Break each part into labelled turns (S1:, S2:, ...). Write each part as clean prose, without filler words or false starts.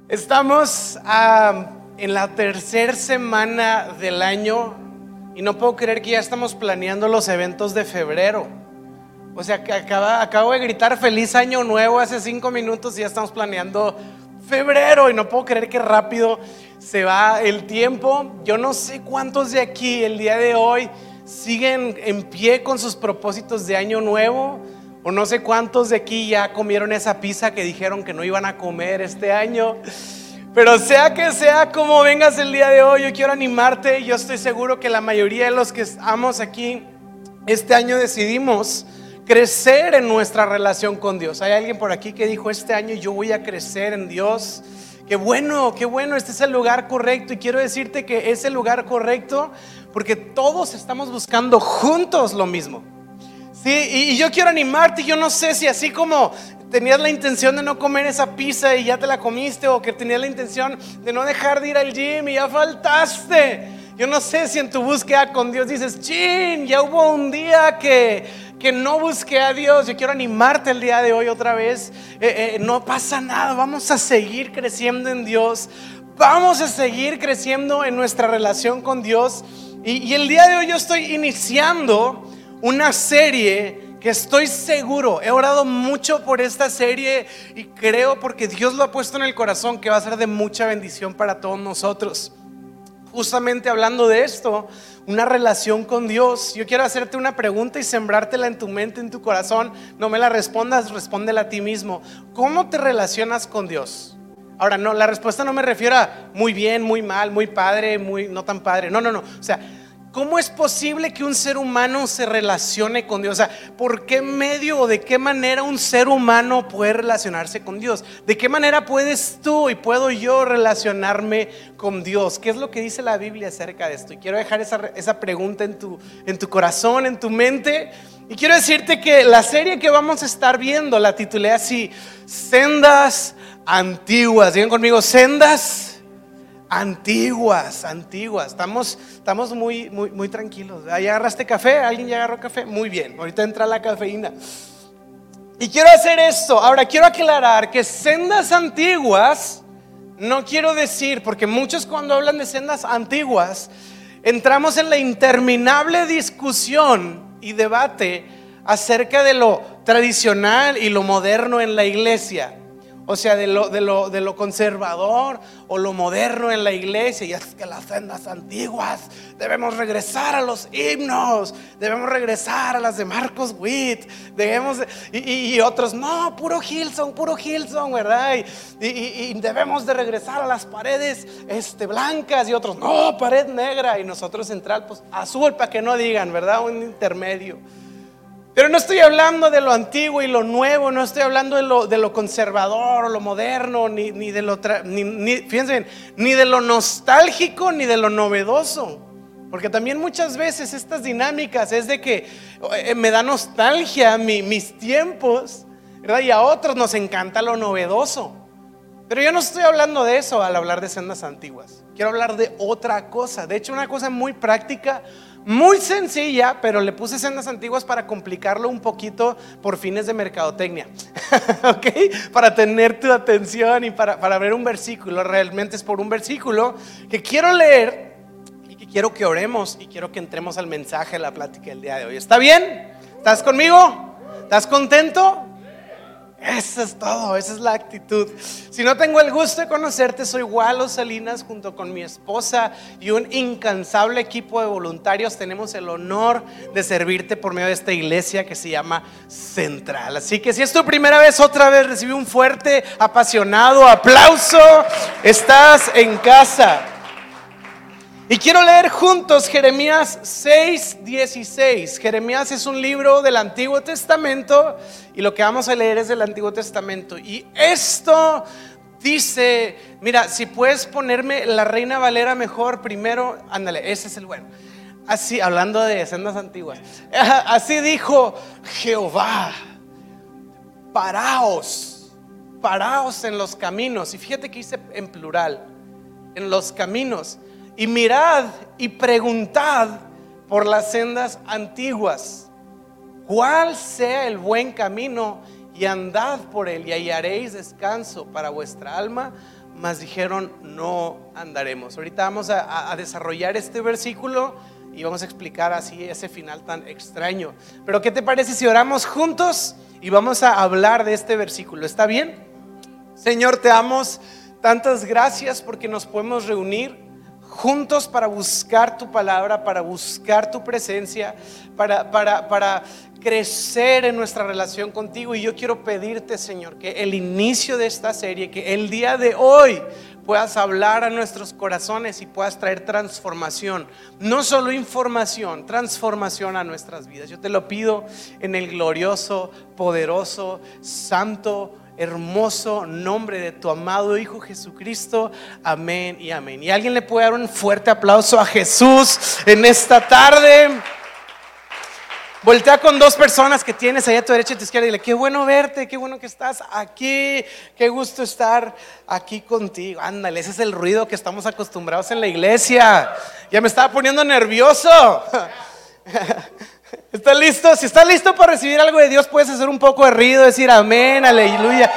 S1: Estamos en la tercera semana del año y no puedo creer que ya estamos planeando los eventos de febrero. O sea, que acabo de gritar feliz año nuevo hace 5 minutos y ya estamos planeando febrero y no puedo creer que rápido se va el tiempo. Yo no sé cuántos de aquí el día de hoy siguen en pie con sus propósitos de año nuevo, o no sé cuántos de aquí ya comieron esa pizza que dijeron que no iban a comer este año. Pero sea que sea como vengas el día de hoy, yo quiero animarte. Yo estoy seguro que la mayoría de los que estamos aquí este año decidimos crecer en nuestra relación con Dios. Hay alguien por aquí que dijo: este año yo voy a crecer en Dios. Qué bueno, este es el lugar correcto. Y quiero decirte que es el lugar correcto porque todos estamos buscando juntos lo mismo. Sí, y yo quiero animarte. Yo no sé si así como tenías la intención de no comer esa pizza y ya te la comiste, o que tenías la intención de no dejar de ir al gym y ya faltaste. Yo no sé si en tu búsqueda con Dios dices: chin, ya hubo un día que no busqué a Dios. Yo quiero animarte el día de hoy otra vez. No pasa nada, vamos a seguir creciendo en Dios. Vamos a seguir creciendo en nuestra relación con Dios. Y el día de hoy yo estoy iniciando una serie que estoy seguro, he orado mucho por esta serie y creo, porque Dios lo ha puesto en el corazón, que va a ser de mucha bendición para todos nosotros. Justamente hablando de esto, una relación con Dios, yo quiero hacerte una pregunta y sembrártela en tu mente, en tu corazón. No me la respondas, respóndela a ti mismo. ¿Cómo te relacionas con Dios? Ahora, no, la respuesta no me refiero a muy bien, muy mal, muy padre, muy no tan padre. No. O sea, ¿cómo es posible que un ser humano se relacione con Dios? O sea, ¿por qué medio o de qué manera un ser humano puede relacionarse con Dios? ¿De qué manera puedes tú y puedo yo relacionarme con Dios? ¿Qué es lo que dice la Biblia acerca de esto? Y quiero dejar esa pregunta en tu corazón, en tu mente. Y quiero decirte que la serie que vamos a estar viendo la titulé así: Sendas Antiguas. Digan conmigo: Sendas Antiguas. Estamos muy tranquilos. ¿Ya agarraste café? ¿Alguien ya agarró café? Muy bien, ahorita entra la cafeína. Y quiero hacer esto. Ahora quiero aclarar que sendas antiguas no quiero decir, porque muchos cuando hablan de sendas antiguas entramos en la interminable discusión y debate acerca de lo tradicional y lo moderno en la iglesia. O sea, de lo conservador o lo moderno en la iglesia. Y es que las sendas antiguas, debemos regresar a los himnos, debemos regresar a las de Marcos Witt, y otros: no, puro Hillsong, ¿verdad? Y debemos de regresar a las paredes blancas. Y otros: no, pared negra. Y nosotros central, pues azul, para que no digan, ¿verdad? Un intermedio. Pero no estoy hablando de lo antiguo y lo nuevo, no estoy hablando de lo conservador o lo moderno, ni de lo fíjense, ni de lo nostálgico ni de lo novedoso. Porque también muchas veces estas dinámicas es de que me da nostalgia mis tiempos, ¿verdad? Y a otros nos encanta lo novedoso. Pero yo no estoy hablando de eso al hablar de sendas antiguas. Quiero hablar de otra cosa. De hecho, una cosa muy práctica, muy sencilla, pero le puse sendas antiguas para complicarlo un poquito por fines de mercadotecnia. ¿Ok? Para tener tu atención y para ver un versículo. Realmente es por un versículo que quiero leer y que quiero que oremos y quiero que entremos al mensaje de la plática del día de hoy. ¿Está bien? ¿Estás conmigo? ¿Estás contento? Eso es todo, esa es la actitud. Si no tengo el gusto de conocerte, soy Walo Salinas. Junto con mi esposa y un incansable equipo de voluntarios tenemos el honor de servirte por medio de esta iglesia que se llama Central. Así que si es tu primera vez, otra vez recibe un fuerte, apasionado aplauso. Estás en casa. Y quiero leer juntos Jeremías 6:16. Jeremías es un libro del Antiguo Testamento y lo que vamos a leer es del Antiguo Testamento. Y esto dice, mira, si puedes ponerme la Reina Valera mejor primero, ándale, ese es el bueno. Así, hablando de sendas antiguas, así dijo Jehová: paraos en los caminos. Y fíjate que dice en plural, en los caminos. Y mirad y preguntad por las sendas antiguas, cuál sea el buen camino, y andad por él y hallaréis descanso para vuestra alma. Mas dijeron, no andaremos. Ahorita vamos a desarrollar este versículo y vamos a explicar así ese final tan extraño. Pero ¿qué te parece si oramos juntos y vamos a hablar de este versículo? ¿Está bien? Señor, te damos tantas gracias porque nos podemos reunir juntos para buscar tu palabra, para buscar tu presencia, para crecer en nuestra relación contigo. Y yo quiero pedirte, Señor, que el inicio de esta serie, que el día de hoy puedas hablar a nuestros corazones y puedas traer transformación, no solo información, transformación a nuestras vidas. Yo te lo pido en el glorioso, poderoso, santo, hermoso nombre de tu amado Hijo Jesucristo. Amén y amén. Y alguien le puede dar un fuerte aplauso a Jesús en esta tarde. Voltea con dos personas que tienes ahí a tu derecha y a tu izquierda y dile: qué bueno verte, qué bueno que estás aquí, qué gusto estar aquí contigo. Ándale, ese es el ruido que estamos acostumbrados en la iglesia. Ya me estaba poniendo nervioso. ¿Estás listo? Si estás listo para recibir algo de Dios, puedes hacer un poco de ruido, decir amén, aleluya.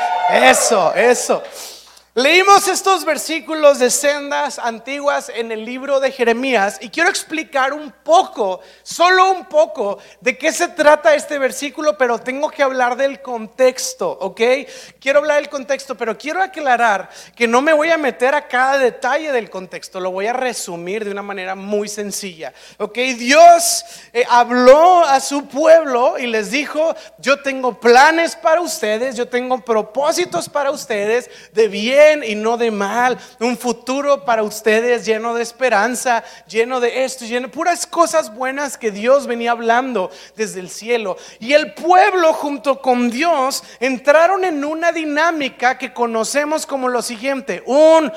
S1: Eso. Leímos estos versículos de sendas antiguas en el libro de Jeremías y quiero explicar un poco, solo un poco, de qué se trata este versículo, pero tengo que hablar del contexto, ¿ok? Quiero hablar del contexto, pero quiero aclarar que no me voy a meter a cada detalle del contexto, lo voy a resumir de una manera muy sencilla, ¿ok? Dios habló a su pueblo y les dijo: yo tengo planes para ustedes, yo tengo propósitos para ustedes de bien y no de mal, un futuro para ustedes lleno de esperanza, lleno de esto, lleno de puras cosas buenas que Dios venía hablando desde el cielo. Y el pueblo junto con Dios entraron en una dinámica que conocemos como lo siguiente: un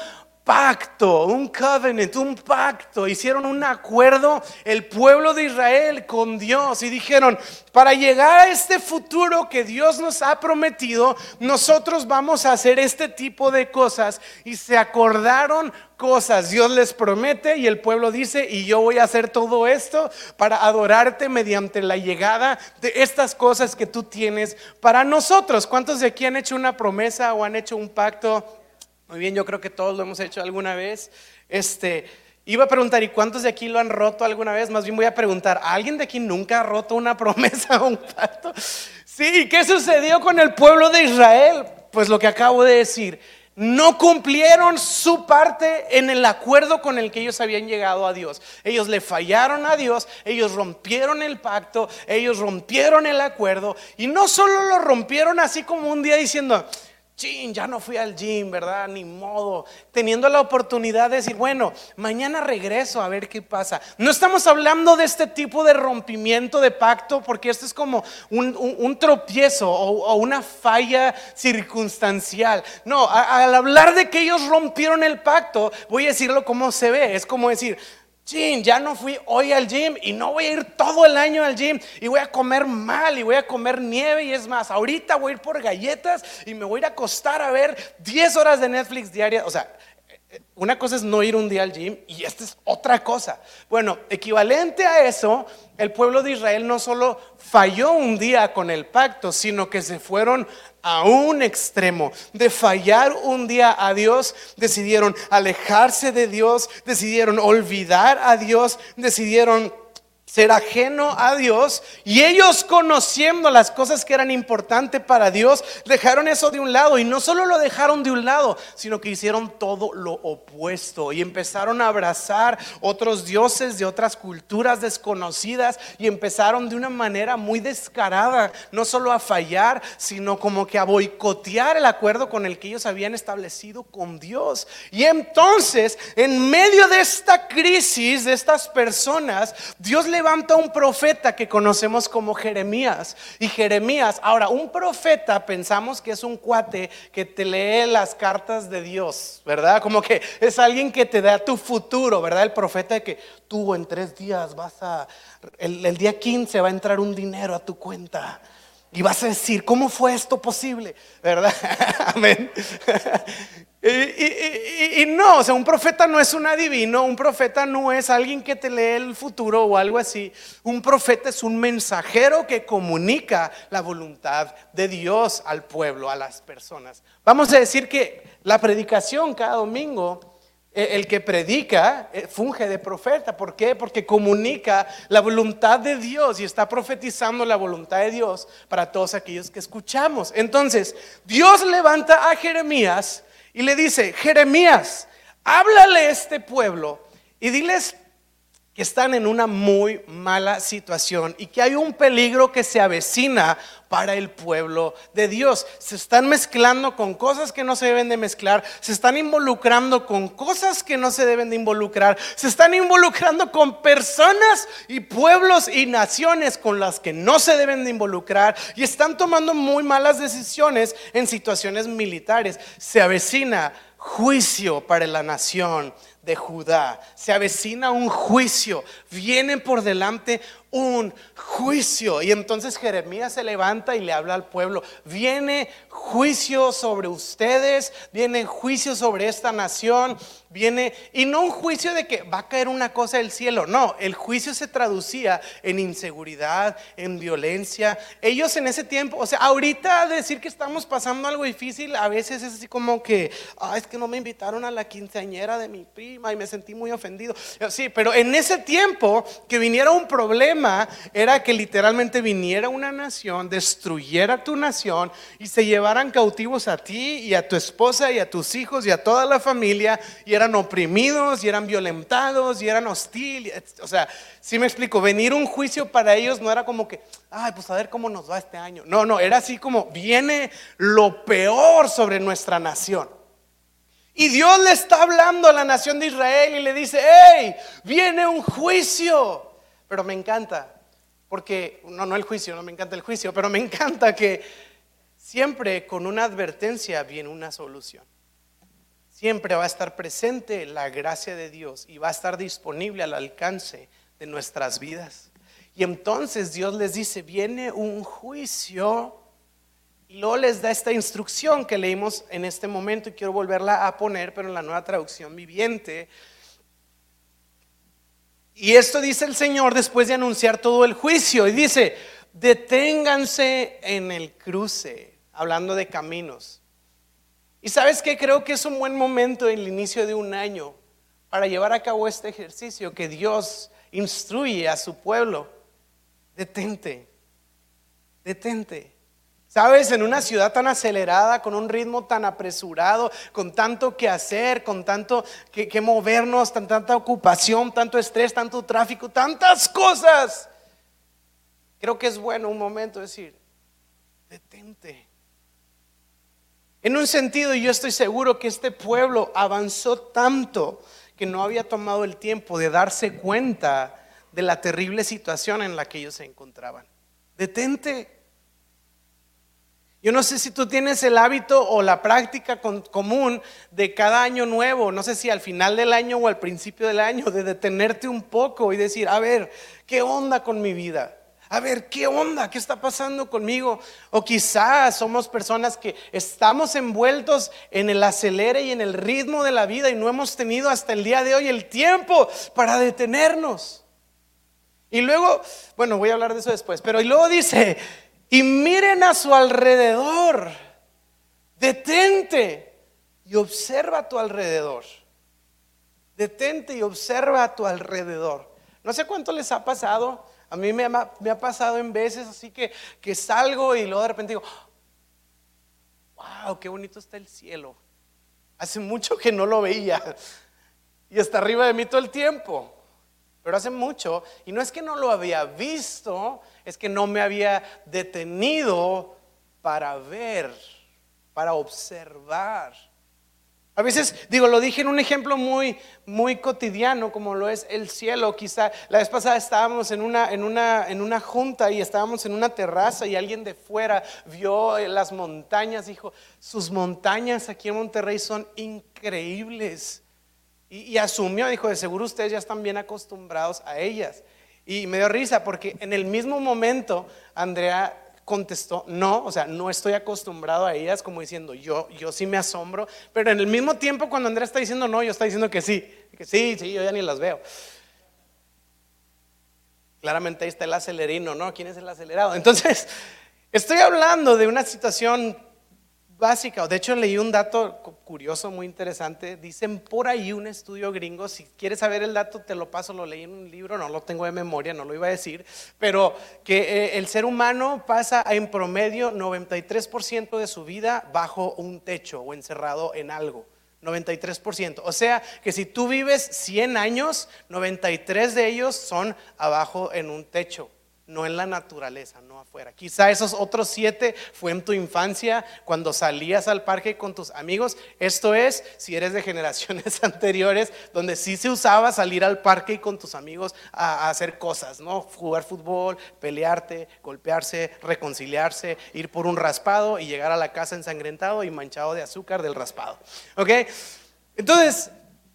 S1: pacto, un covenant, un pacto. Hicieron un acuerdo el pueblo de Israel con Dios y dijeron: para llegar a este futuro que Dios nos ha prometido, nosotros vamos a hacer este tipo de cosas. Y se acordaron cosas. Dios les promete y el pueblo dice: y yo voy a hacer todo esto para adorarte mediante la llegada de estas cosas que tú tienes para nosotros. ¿Cuántos de aquí han hecho una promesa o han hecho un pacto? Muy bien, yo creo que todos lo hemos hecho alguna vez. Iba a preguntar: ¿y cuántos de aquí lo han roto alguna vez? Más bien voy a preguntar: ¿alguien de aquí nunca ha roto una promesa o un pacto? Sí, ¿qué sucedió con el pueblo de Israel? Pues lo que acabo de decir: no cumplieron su parte en el acuerdo con el que ellos habían llegado a Dios. Ellos le fallaron a Dios, ellos rompieron el pacto, ellos rompieron el acuerdo. Y no solo lo rompieron así como un día diciendo: chin, ya no fui al gym, ¿verdad? Ni modo. Teniendo la oportunidad de decir: bueno, mañana regreso a ver qué pasa. No estamos hablando de este tipo de rompimiento de pacto, porque esto es como un tropiezo o una falla circunstancial. No, al hablar de que ellos rompieron el pacto, voy a decirlo como se ve. Es como decir: chin, ya no fui hoy al gym y no voy a ir todo el año al gym y voy a comer mal y voy a comer nieve, y es más, ahorita voy a ir por galletas y me voy a ir a acostar a ver 10 horas de Netflix diarias. O sea, una cosa es no ir un día al gym y esta es otra cosa. Bueno, equivalente a eso, el pueblo de Israel no solo falló un día con el pacto, sino que se fueron a un extremo de fallar un día a Dios. Decidieron alejarse de Dios, decidieron olvidar a Dios, decidieron ser ajeno a Dios. Y ellos, conociendo las cosas que eran importantes para Dios, dejaron eso de un lado. Y no solo lo dejaron de un lado, sino que hicieron todo lo opuesto y empezaron a abrazar otros dioses de otras culturas desconocidas. Y empezaron de una manera muy descarada, no solo a fallar, sino como que a boicotear el acuerdo con el que ellos habían establecido con Dios. Y entonces, en medio de esta crisis de estas personas, Dios levanta un profeta que conocemos como Jeremías. Y Jeremías, ahora, un profeta pensamos que es un cuate que te lee las cartas de Dios, ¿verdad? Como que es alguien que te da tu futuro, ¿verdad? El profeta de que tú en 3 días el día 15 va a entrar un dinero a tu cuenta y vas a decir: ¿cómo fue esto posible? ¿Verdad? Amén. Y no, o sea, un profeta no es un adivino, un profeta no es alguien que te lee el futuro o algo así. Un profeta es un mensajero que comunica la voluntad de Dios al pueblo, a las personas. Vamos a decir que la predicación cada domingo, el que predica funge de profeta. ¿Por qué? Porque comunica la voluntad de Dios y está profetizando la voluntad de Dios para todos aquellos que escuchamos. Entonces, Dios levanta a Jeremías y le dice: Jeremías, háblale a este pueblo y diles que están en una muy mala situación y que hay un peligro que se avecina para el pueblo de Dios. Se están mezclando con cosas que no se deben de mezclar, se están involucrando con cosas que no se deben de involucrar, se están involucrando con personas y pueblos y naciones con las que no se deben de involucrar, y están tomando muy malas decisiones en situaciones militares. Se avecina juicio para la nación de Judá, se avecina un juicio, viene por delante un juicio. Y entonces Jeremías se levanta y le habla al pueblo: viene juicio sobre ustedes, viene juicio sobre esta nación, viene, y no un juicio de que va a caer una cosa del cielo, no, el juicio se traducía en inseguridad, en violencia. Ellos en ese tiempo, o sea, ahorita decir que estamos pasando algo difícil a veces es así como que es que no me invitaron a la quinceañera de mi prima y me sentí muy ofendido. Sí, pero en ese tiempo que viniera un problema era que literalmente viniera una nación, destruyera tu nación y se llevaran cautivos a ti y a tu esposa y a tus hijos y a toda la familia, y eran oprimidos y eran violentados y eran hostiles. O sea, si me explico, venir un juicio para ellos no era como que pues a ver cómo nos va este año. No, era así como viene lo peor sobre nuestra nación. Y Dios le está hablando a la nación de Israel y le dice: hey, viene un juicio. Pero me encanta, porque, no el juicio, no me encanta el juicio, pero me encanta que siempre con una advertencia viene una solución. Siempre va a estar presente la gracia de Dios y va a estar disponible al alcance de nuestras vidas. Y entonces Dios les dice: viene un juicio. Y luego les da esta instrucción que leímos en este momento, y quiero volverla a poner, pero en la Nueva Traducción Viviente. Y esto dice el Señor después de anunciar todo el juicio, y dice: deténganse en el cruce, hablando de caminos. Y ¿sabes qué? Creo que es un buen momento en el inicio de un año para llevar a cabo este ejercicio que Dios instruye a su pueblo. Detente. Sabes, en una ciudad tan acelerada, con un ritmo tan apresurado, con tanto que hacer, con tanto que movernos, tanta ocupación, tanto estrés, tanto tráfico, tantas cosas, creo que es bueno un momento decir: detente. En un sentido, yo estoy seguro que este pueblo avanzó tanto que no había tomado el tiempo de darse cuenta de la terrible situación en la que ellos se encontraban. Detente. Yo no sé si tú tienes el hábito o la práctica común de cada año nuevo, no sé si al final del año o al principio del año, de detenerte un poco y decir: a ver, ¿qué onda con mi vida? A ver, ¿qué onda? ¿Qué está pasando conmigo? O quizás somos personas que estamos envueltos en el acelere y en el ritmo de la vida y no hemos tenido hasta el día de hoy el tiempo para detenernos. Y luego, bueno, voy a hablar de eso después, pero y luego dice: y miren a su alrededor. Detente y observa a tu alrededor. Detente y observa a tu alrededor. No sé cuánto les ha pasado. A mí me ha pasado en veces así que salgo y luego de repente digo: wow, qué bonito está el cielo. Hace mucho que no lo veía y está arriba de mí todo el tiempo. Pero hace mucho, y no es que no lo había visto, es que no me había detenido para ver, para observar. A veces, lo dije en un ejemplo muy cotidiano, como lo es el cielo. Quizá la vez pasada estábamos en una junta y estábamos en una terraza y alguien de fuera vio las montañas. Dijo: sus montañas aquí en Monterrey son increíbles. Y asumió, dijo: de seguro ustedes ya están bien acostumbrados a ellas. Y me dio risa porque en el mismo momento Andrea contestó, no, o sea, no estoy acostumbrado a ellas, como diciendo, yo sí me asombro, pero en el mismo tiempo cuando Andrea está diciendo no, yo está diciendo que sí, yo ya ni las veo. Claramente ahí está el acelerino, ¿no? ¿Quién es el acelerado? Entonces, estoy hablando de una situación básica. De hecho, leí un dato curioso, muy interesante. Dicen por ahí un estudio gringo. Si quieres saber el dato, te lo paso. Lo leí en un libro, no lo tengo de memoria, no lo iba a decir. Pero que el ser humano pasa en promedio 93% de su vida bajo un techo o encerrado en algo. 93%. O sea que si tú vives 100 años, 93 de ellos son abajo en un techo, no en la naturaleza, no afuera. Quizá esos otros 7 fue en tu infancia, cuando salías al parque con tus amigos. Esto es, si eres de generaciones anteriores, donde sí se usaba salir al parque y con tus amigos a hacer cosas, ¿no? Jugar fútbol, pelearte, golpearse, reconciliarse, ir por un raspado y llegar a la casa ensangrentado y manchado de azúcar del raspado. ¿Ok? Entonces,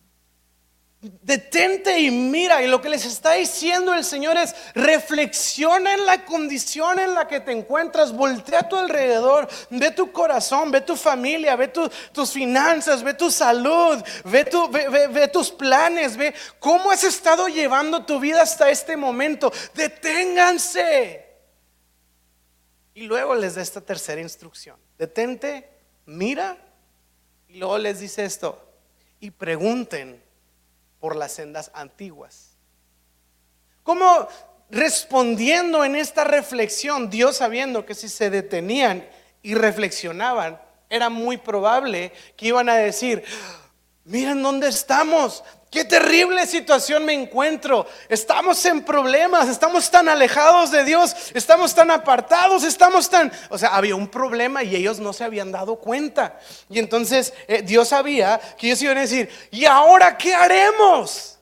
S1: detente y mira, y lo que les está diciendo el Señor es: reflexiona en la condición en la que te encuentras, voltea a tu alrededor, ve tu corazón, ve tu familia, ve tus finanzas, ve tu salud, ve tus planes, ve cómo has estado llevando tu vida hasta este momento. Deténganse. Y luego les da esta tercera instrucción: detente, mira, y luego les dice esto: y pregunten por las sendas antiguas. ¿Cómo respondiendo en esta reflexión? Dios, sabiendo que si se detenían y reflexionaban, era muy probable que iban a decir: miren dónde estamos, qué terrible situación me encuentro, estamos en problemas, estamos tan alejados de Dios, estamos tan apartados, o sea, había un problema y ellos no se habían dado cuenta. Y entonces Dios sabía que ellos iban a decir: ¿y ahora qué haremos?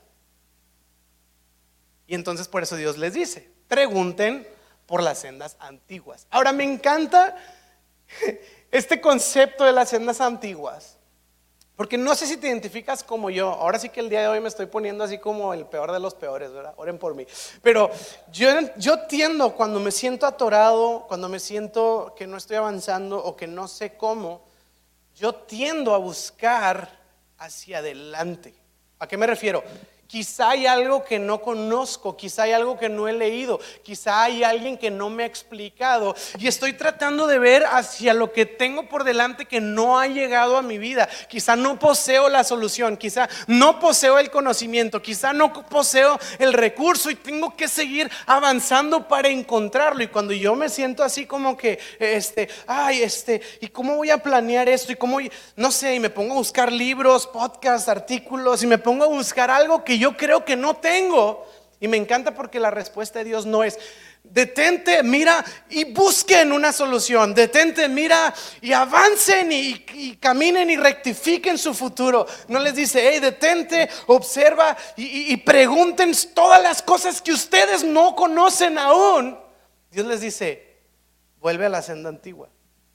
S1: Y entonces por eso Dios les dice: pregunten por las sendas antiguas. Ahora me encanta este concepto de las sendas antiguas, porque no sé si te identificas como yo. Ahora sí que el día de hoy me estoy poniendo así como el peor de los peores, ¿verdad? Oren por mí. Pero yo tiendo, cuando me siento atorado, cuando me siento que no estoy avanzando o que no sé cómo, yo tiendo a buscar hacia adelante. ¿A qué me refiero? Quizá hay algo que no conozco, quizá hay algo que no he leído, quizá hay alguien que no me ha explicado y estoy tratando de ver hacia lo que tengo por delante que no ha llegado a mi vida. Quizá no poseo la solución, quizá no poseo el conocimiento, quizá no poseo el recurso y tengo que seguir avanzando para encontrarlo. Y cuando yo me siento así como que ¿y cómo voy a planear esto? Y cómo, no sé, y me pongo a buscar libros, podcasts, artículos, y me pongo a buscar algo que yo creo que no tengo. Y me encanta porque la respuesta de Dios no es: detente, mira y busquen una solución. Detente, mira y avancen y caminen y rectifiquen su futuro. No les dice: hey, detente, observa y pregunten todas las cosas que ustedes no conocen aún. Dios les dice: vuelve a la senda antigua.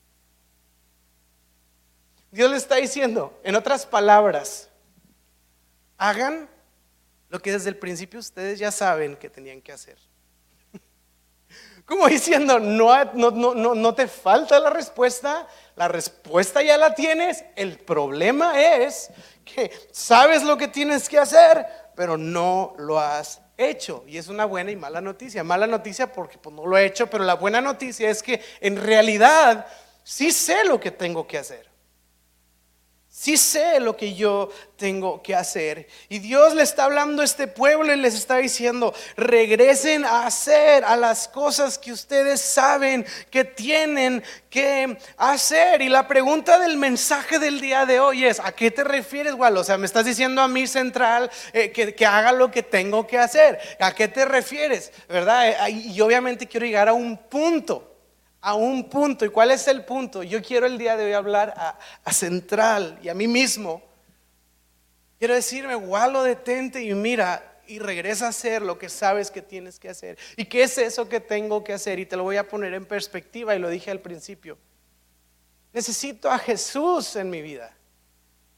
S1: Dios le está diciendo, en otras palabras: hagan lo que desde el principio ustedes ya saben que tenían que hacer. Como diciendo, no te falta la respuesta ya la tienes. El problema es que sabes lo que tienes que hacer, pero no lo has hecho. Y es una buena y mala noticia. Mala noticia porque pues no lo he hecho, pero la buena noticia es que en realidad sí sé lo que tengo que hacer. Sí sé lo que yo tengo que hacer. Y Dios le está hablando a este pueblo y les está diciendo: regresen a hacer a las cosas que ustedes saben que tienen que hacer. Y la pregunta del mensaje del día de hoy es: ¿a qué te refieres, Walo? O sea, me estás diciendo a mí, Central, que haga lo que tengo que hacer. ¿A qué te refieres? ¿Verdad? Y obviamente quiero llegar a un punto. ¿Y cuál es el punto? Yo quiero el día de hoy hablar a Central y a mí mismo. Quiero decirme: Walo, detente y mira y regresa a hacer lo que sabes que tienes que hacer. ¿Y qué es eso que tengo que hacer? Y te lo voy a poner en perspectiva, y lo dije al principio: necesito a Jesús en mi vida.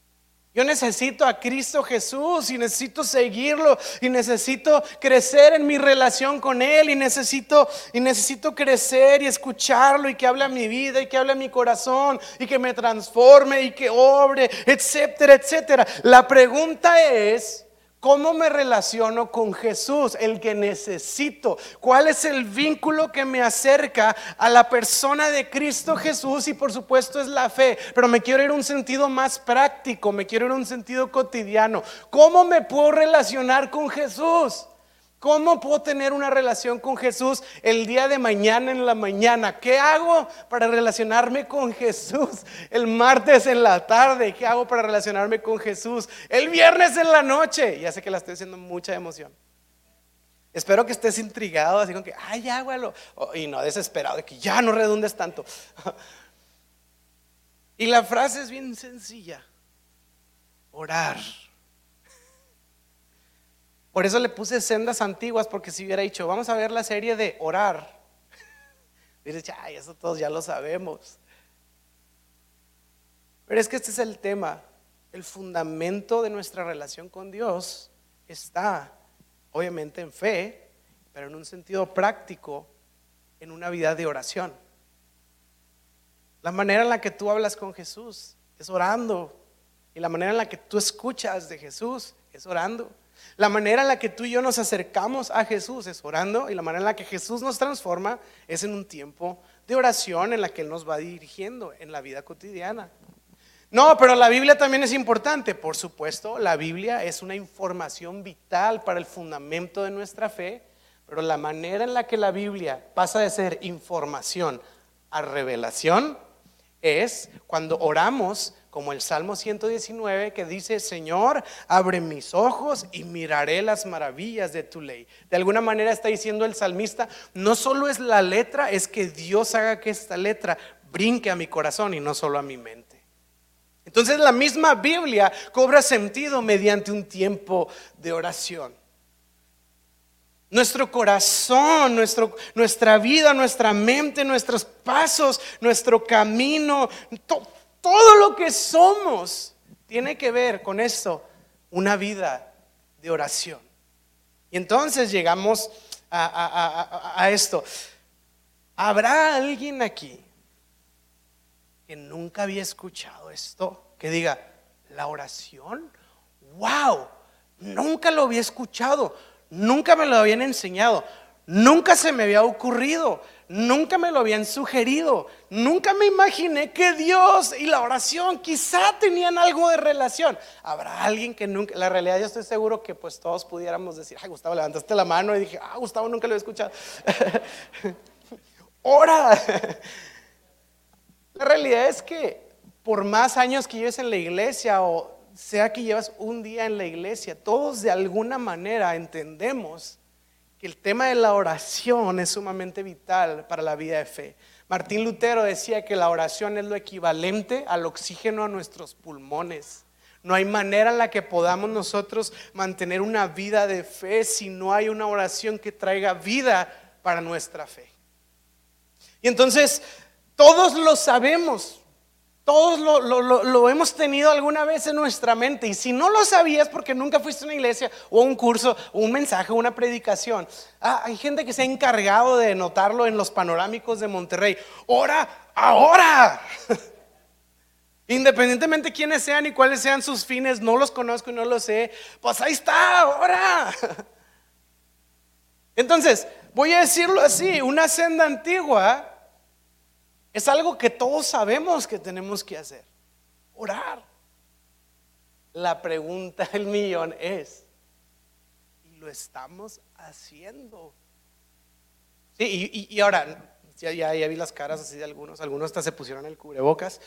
S1: Yo necesito a Cristo Jesús y necesito seguirlo y necesito crecer en mi relación con Él y necesito crecer y escucharlo y que hable a mi vida y que hable a mi corazón y que me transforme y que obre, etcétera, etcétera. La pregunta es: ¿cómo me relaciono con Jesús, el que necesito? ¿Cuál es el vínculo que me acerca a la persona de Cristo Jesús? Y por supuesto es la fe, pero me quiero ir a un sentido más práctico, me quiero ir a un sentido cotidiano. ¿Cómo me puedo relacionar con Jesús? ¿Cómo puedo tener una relación con Jesús el día de mañana en la mañana? ¿Qué hago para relacionarme con Jesús el martes en la tarde? ¿Qué hago para relacionarme con Jesús el viernes en la noche? Ya sé que la estoy haciendo mucha emoción. Espero que estés intrigado, así como que, ay, hágalo. Y no desesperado, de que ya no redundes tanto. Y la frase es bien sencilla: orar. Por eso le puse sendas antiguas, porque si hubiera dicho, vamos a ver la serie de orar, dices, ay, eso todos ya lo sabemos. Pero es que este es el tema. El fundamento de nuestra relación con Dios está obviamente en fe, pero en un sentido práctico, en una vida de oración. La manera en la que tú hablas con Jesús es orando, y la manera en la que tú escuchas de Jesús es orando. La manera en la que tú y yo nos acercamos a Jesús es orando, y la manera en la que Jesús nos transforma es en un tiempo de oración en la que Él nos va dirigiendo en la vida cotidiana. No, pero la Biblia también es importante. Por supuesto, la Biblia es una información vital para el fundamento de nuestra fe, pero la manera en la que la Biblia pasa de ser información a revelación es cuando oramos, como el Salmo 119, que dice: Señor, abre mis ojos y miraré las maravillas de tu ley. De alguna manera está diciendo el salmista, no solo es la letra, es que Dios haga que esta letra brinque a mi corazón y no solo a mi mente. Entonces la misma Biblia cobra sentido mediante un tiempo de oración. Nuestro corazón, nuestra vida, nuestra mente, nuestros pasos, nuestro camino, todo lo que somos tiene que ver con esto, una vida de oración. Y entonces llegamos a esto. ¿Habrá alguien aquí que nunca había escuchado esto? Que diga, la oración, wow, nunca lo había escuchado, nunca me lo habían enseñado, nunca se me había ocurrido, nunca me lo habían sugerido, nunca me imaginé que Dios y la oración quizá tenían algo de relación. ¿Habrá alguien que nunca? La realidad, yo estoy seguro que pues todos pudiéramos decir, ay, Gustavo, levantaste la mano, y dije, Gustavo, nunca lo he escuchado. Ora. La realidad es que por más años que lleves en la iglesia, o sea que llevas un día en la iglesia, todos de alguna manera entendemos que el tema de la oración es sumamente vital para la vida de fe. Martín Lutero decía que la oración es lo equivalente al oxígeno a nuestros pulmones. No hay manera en la que podamos nosotros mantener una vida de fe si no hay una oración que traiga vida para nuestra fe. Y entonces todos lo sabemos, todos lo hemos tenido alguna vez en nuestra mente. Y si no lo sabías porque nunca fuiste a una iglesia o a un curso o un mensaje o una predicación, hay gente que se ha encargado de notarlo en los panorámicos de Monterrey. Ora ahora. Independientemente de quiénes sean y cuáles sean sus fines, no los conozco y no los sé, pues ahí está, ora. Entonces, voy a decirlo así, una senda antigua es algo que todos sabemos que tenemos que hacer: orar. La pregunta del millón es, ¿y lo estamos haciendo? Sí, y ahora, ya vi las caras así de algunos hasta se pusieron el cubrebocas.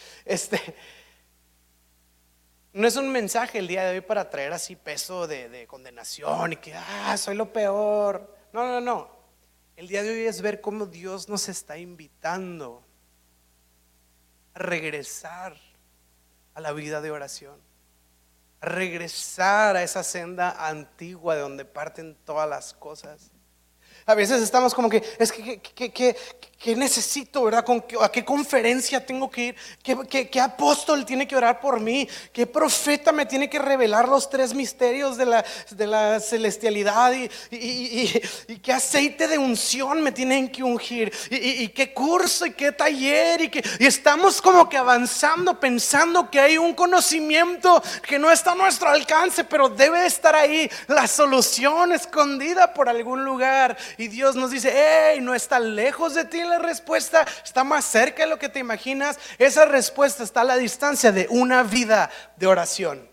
S1: No es un mensaje el día de hoy para traer así peso de condenación y que, soy lo peor. No. El día de hoy es ver cómo Dios nos está invitando a regresar a la vida de oración, a regresar a esa senda antigua de donde parten todas las cosas. A veces estamos como que, es que necesito, ¿verdad? ¿A qué conferencia tengo que ir? ¿Qué apóstol tiene que orar por mí? ¿Qué profeta me tiene que revelar los tres misterios de la celestialidad? ¿Y qué aceite de unción me tienen que ungir? ¿Y qué curso y qué taller? Y estamos como que avanzando pensando que hay un conocimiento que no está a nuestro alcance, pero debe estar ahí, la solución escondida por algún lugar. Y Dios nos dice, hey, no está lejos de ti la respuesta, está más cerca de lo que te imaginas. Esa respuesta está a la distancia de una vida de oración.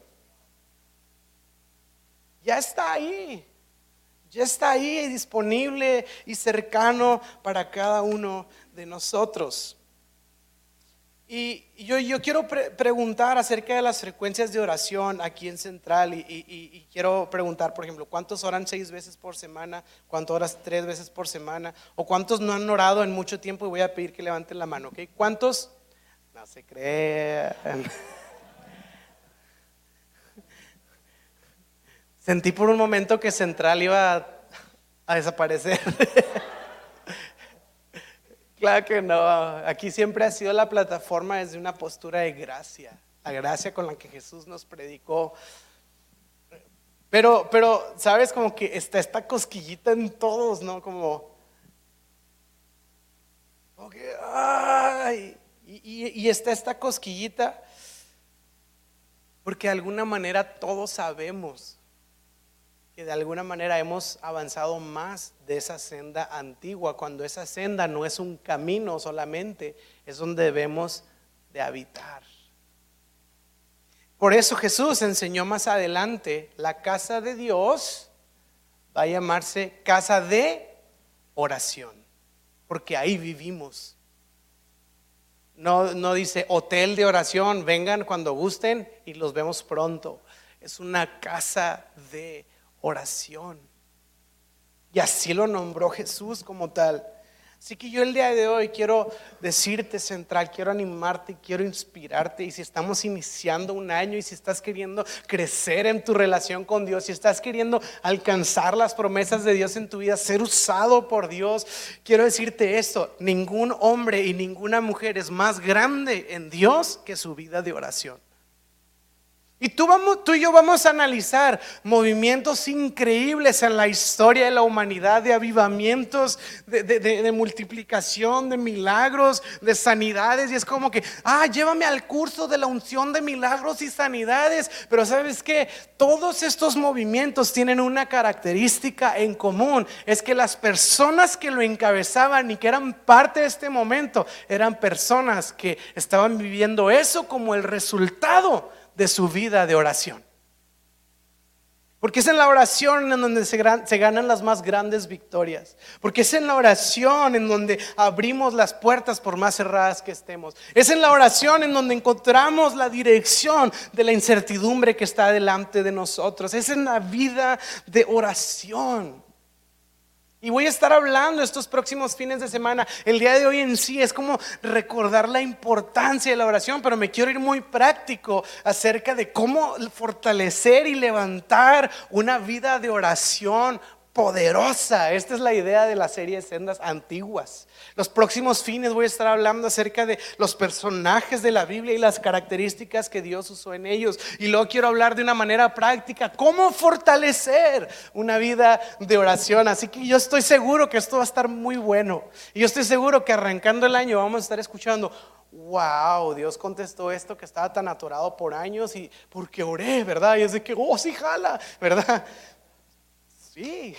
S1: Ya está ahí. Ya está ahí disponible y cercano para cada uno de nosotros. Y yo quiero preguntar acerca de las frecuencias de oración aquí en Central y quiero preguntar, por ejemplo, ¿cuántos oran 6 veces por semana? ¿Cuántos oras 3 veces por semana? ¿O cuántos no han orado en mucho tiempo? Y voy a pedir que levanten la mano, ¿ok? ¿Cuántos? No se crean. Sentí por un momento que Central iba a desaparecer. Claro que no, aquí siempre ha sido la plataforma desde una postura de gracia, la gracia con la que Jesús nos predicó. Pero, sabes, como que está esta cosquillita en todos, ¿no? Como que, ay, y está esta cosquillita, porque de alguna manera todos sabemos que de alguna manera hemos avanzado más de esa senda antigua, cuando esa senda no es un camino solamente, es donde debemos de habitar. Por eso Jesús enseñó más adelante, la casa de Dios va a llamarse casa de oración, porque ahí vivimos. No dice hotel de oración, vengan cuando gusten y los vemos pronto. Es una casa de oración. Y así lo nombró Jesús como tal. Así que yo el día de hoy quiero decirte, Central, quiero animarte, quiero inspirarte. Y si estamos iniciando un año y si estás queriendo crecer en tu relación con Dios, si estás queriendo alcanzar las promesas de Dios en tu vida, ser usado por Dios, quiero decirte esto: ningún hombre y ninguna mujer es más grande en Dios que su vida de oración. Y tú y yo vamos a analizar movimientos increíbles en la historia de la humanidad, de avivamientos, de multiplicación, de milagros, de sanidades. Y es como que, llévame al curso de la unción de milagros y sanidades. Pero ¿sabes qué? Todos estos movimientos tienen una característica en común: es que las personas que lo encabezaban y que eran parte de este momento eran personas que estaban viviendo eso como el resultado de su vida de oración. Porque es en la oración en donde se ganan las más grandes victorias. Porque es en la oración en donde abrimos las puertas por más cerradas que estemos. Es en la oración en donde encontramos la dirección de la incertidumbre que está delante de nosotros. Es en la vida de oración. Y voy a estar hablando estos próximos fines de semana. El día de hoy en sí es como recordar la importancia de la oración, pero me quiero ir muy práctico acerca de cómo fortalecer y levantar una vida de oración poderosa. Esta es la idea de la serie de Sendas Antiguas. Los próximos fines voy a estar hablando acerca de los personajes de la Biblia y las características que Dios usó en ellos. Y luego quiero hablar de una manera práctica cómo fortalecer una vida de oración. Así que yo estoy seguro que esto va a estar muy bueno. Y yo estoy seguro que arrancando el año vamos a estar escuchando: wow, Dios contestó esto que estaba tan atorado por años y porque oré, ¿verdad? Y es de que, sí jala, ¿verdad? Sí.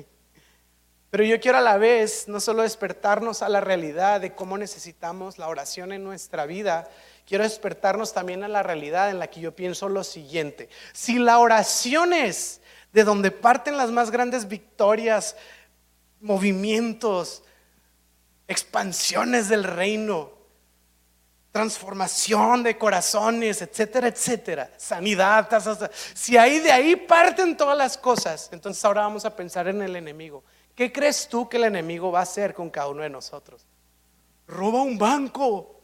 S1: Pero yo quiero a la vez no solo despertarnos a la realidad de cómo necesitamos la oración en nuestra vida, quiero despertarnos también a la realidad en la que yo pienso lo siguiente: si la oración es de donde parten las más grandes victorias, movimientos, expansiones del reino, transformación de corazones, etcétera, etcétera, sanidad, si ahí de ahí parten todas las cosas, entonces ahora vamos a pensar en el enemigo. ¿Qué crees tú que el enemigo va a hacer con cada uno de nosotros? Roba un banco,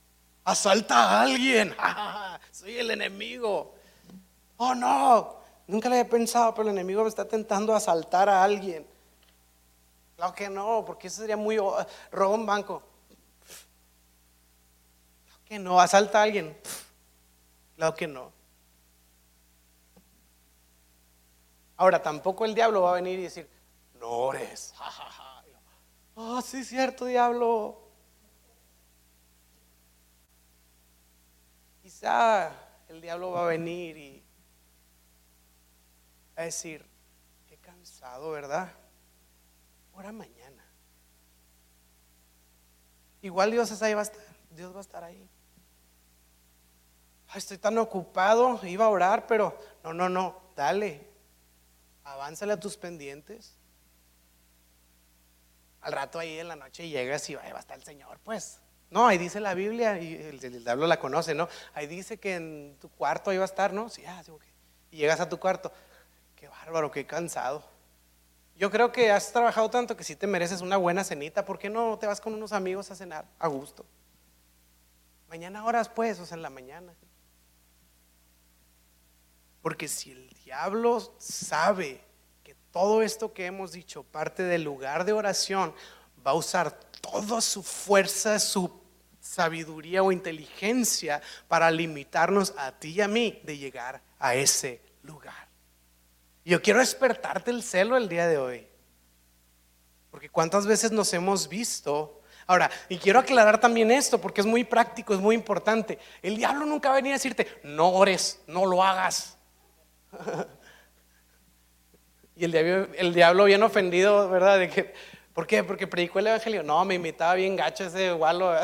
S1: asalta a alguien. Soy el enemigo. Oh no, Nunca lo había pensado, pero el enemigo me está tentando a asaltar a alguien. Claro que no, porque eso sería muy robo un banco. Claro que no, asalta a alguien. Claro que no. Ahora, tampoco el diablo va a venir y decir, no ores. Sí, es cierto, diablo. Quizá el diablo va a venir y va a decir, qué cansado, ¿verdad? Ora mañana. Igual Dios ahí va a estar. Dios va a estar ahí. Estoy tan ocupado, iba a orar, pero no, dale. Avánzale a tus pendientes. Al rato ahí en la noche llegas y ahí va a estar el Señor, pues. No, ahí dice la Biblia, y el diablo la conoce, ¿no? Ahí dice que en tu cuarto ahí va a estar, ¿no? Sí, okay. Y llegas a tu cuarto, qué bárbaro, qué cansado. Yo creo que has trabajado tanto que si te mereces una buena cenita. ¿Por qué no te vas con unos amigos a cenar a gusto? Mañana horas pues, o sea, en la mañana. Porque si el diablo sabe que todo esto que hemos dicho parte del lugar de oración, va a usar toda su fuerza, su sabiduría o inteligencia para limitarnos a ti y a mí de llegar a ese lugar. Yo quiero despertarte el celo el día de hoy, porque cuántas veces nos hemos visto. Ahora, y quiero aclarar también esto porque es muy práctico, es muy importante. El diablo nunca va a venir a decirte, no ores, no lo hagas. Y el diablo bien ofendido, ¿verdad? De que, ¿por qué? Porque predicó el evangelio. No, me imitaba bien gacho ese gualo.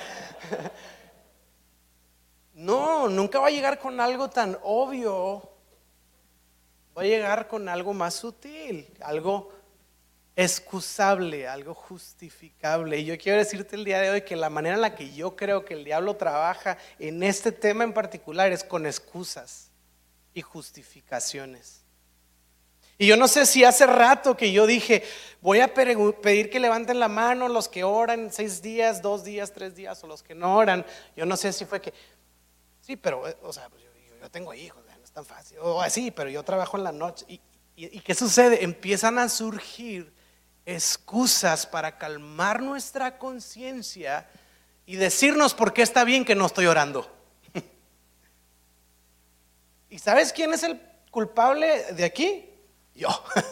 S1: No, nunca va a llegar con algo tan obvio. Va a llegar con algo más sutil, algo excusable, algo justificable. Y yo quiero decirte el día de hoy que la manera en la que yo creo que el diablo trabaja en este tema en particular es con excusas y justificaciones. Y yo no sé si hace rato que yo dije, voy a pedir que levanten la mano los que oran 6 días, 2 días, 3 días, o los que no oran. Yo no sé si fue que, sí, pero, o sea, pues yo tengo hijos, no es tan fácil. O así, pero yo trabajo en la noche. ¿Y qué sucede? Empiezan a surgir excusas para calmar nuestra conciencia y decirnos por qué está bien que no estoy orando. ¿Y sabes quién es el culpable de aquí? Yo.